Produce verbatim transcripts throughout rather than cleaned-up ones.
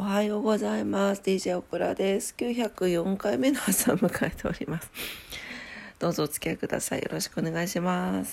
おはようございます。 ディージェー オクラです。きゅうひゃくよんかいめの朝を迎えております。どうぞお付き合いください。よろしくお願いします。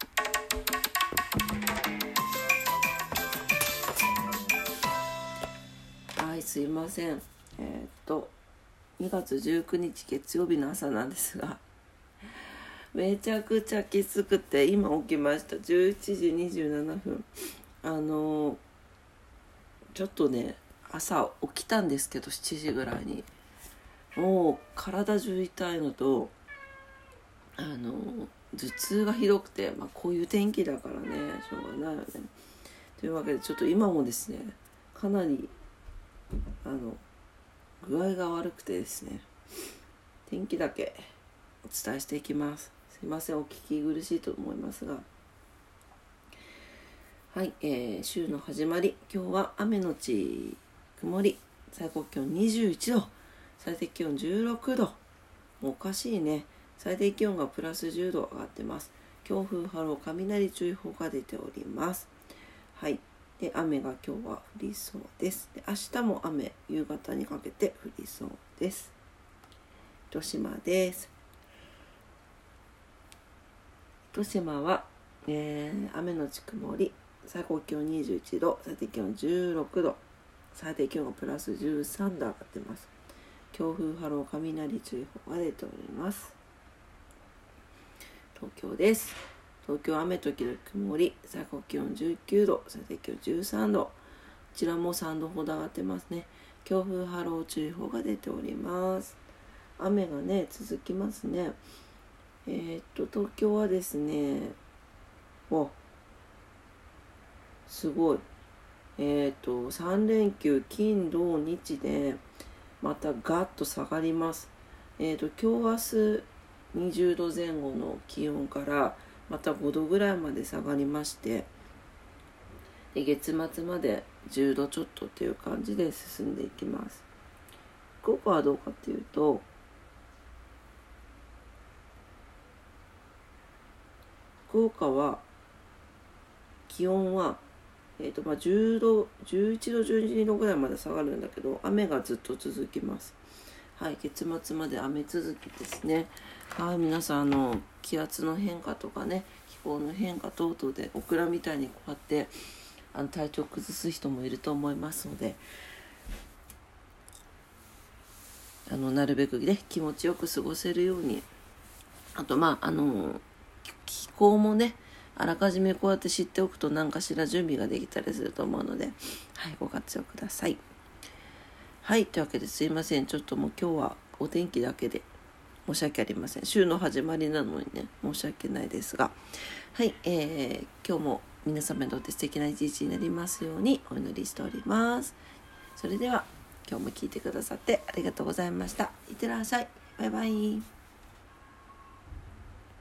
はい、すいません。えー、っとにがつじゅうくにち月曜日の朝なんですが、めちゃくちゃきつくて今起きました。じゅういちじにじゅうななふん。あのちょっとね朝起きたんですけど、しちじぐらいにもう体中痛いのと、あの頭痛がひどくて、まあ、こういう天気だからねしょうがないよね。というわけでちょっと今もですねかなりあの具合が悪くてですね、天気だけお伝えしていきます。すいません、お聞き苦しいと思いますが、はい、えー、週の始まり、今日は雨のち曇り、最高気温にじゅういちど、最低気温じゅうろくど。もうおかしいね。最低気温がプラスじゅうど上がってます。強風波浪雷注意報が出ております。はい。で、雨が今日は降りそうです。で、明日も雨、夕方にかけて降りそうです。糸島です。糸島は、えー、雨のち曇り、最高気温にじゅういちど、最低気温じゅうろくど、最低気温がプラスじゅうさんど上がってます。強風波浪雷注意報が出ております。東京です。東京雨時々曇り、最高気温じゅうきゅうど、最低気温じゅうさんど、こちらもさんどほど上がってますね。強風波浪注意報が出ております。雨がね続きますね。えー、っと東京はですね、おすごいえー、っとさんれんきゅう金土日でまたガッと下がります。えー、っと今日明日にじゅうどぜん後の気温からまたごどぐらいまで下がりまして、で月末までじゅうどちょっとっていう感じで進んでいきます。福岡はどうかっていうと、福岡は気温は、えーとまあ、じゅうどじゅういちどじゅうにどぐらいまで下がるんだけど、雨がずっと続きます。はい、月末まで雨続きですね。はい、皆さんあの気圧の変化とかね、気候の変化等々でオクラみたいにこうやってあの体調崩す人もいると思いますので、あのなるべくね気持ちよく過ごせるように、あとまああの気候もねあらかじめこうやって知っておくと何かしら準備ができたりすると思うので、はい、ご活用ください。はい、というわけですいません、ちょっともう今日はお天気だけで申し訳ありません。週の始まりなのにね申し訳ないですが、はい、えー、今日も皆様にとって素敵な一日になりますようにお祈りしております。それでは今日も聞いてくださってありがとうございました。いってらっしゃい。バイバイ。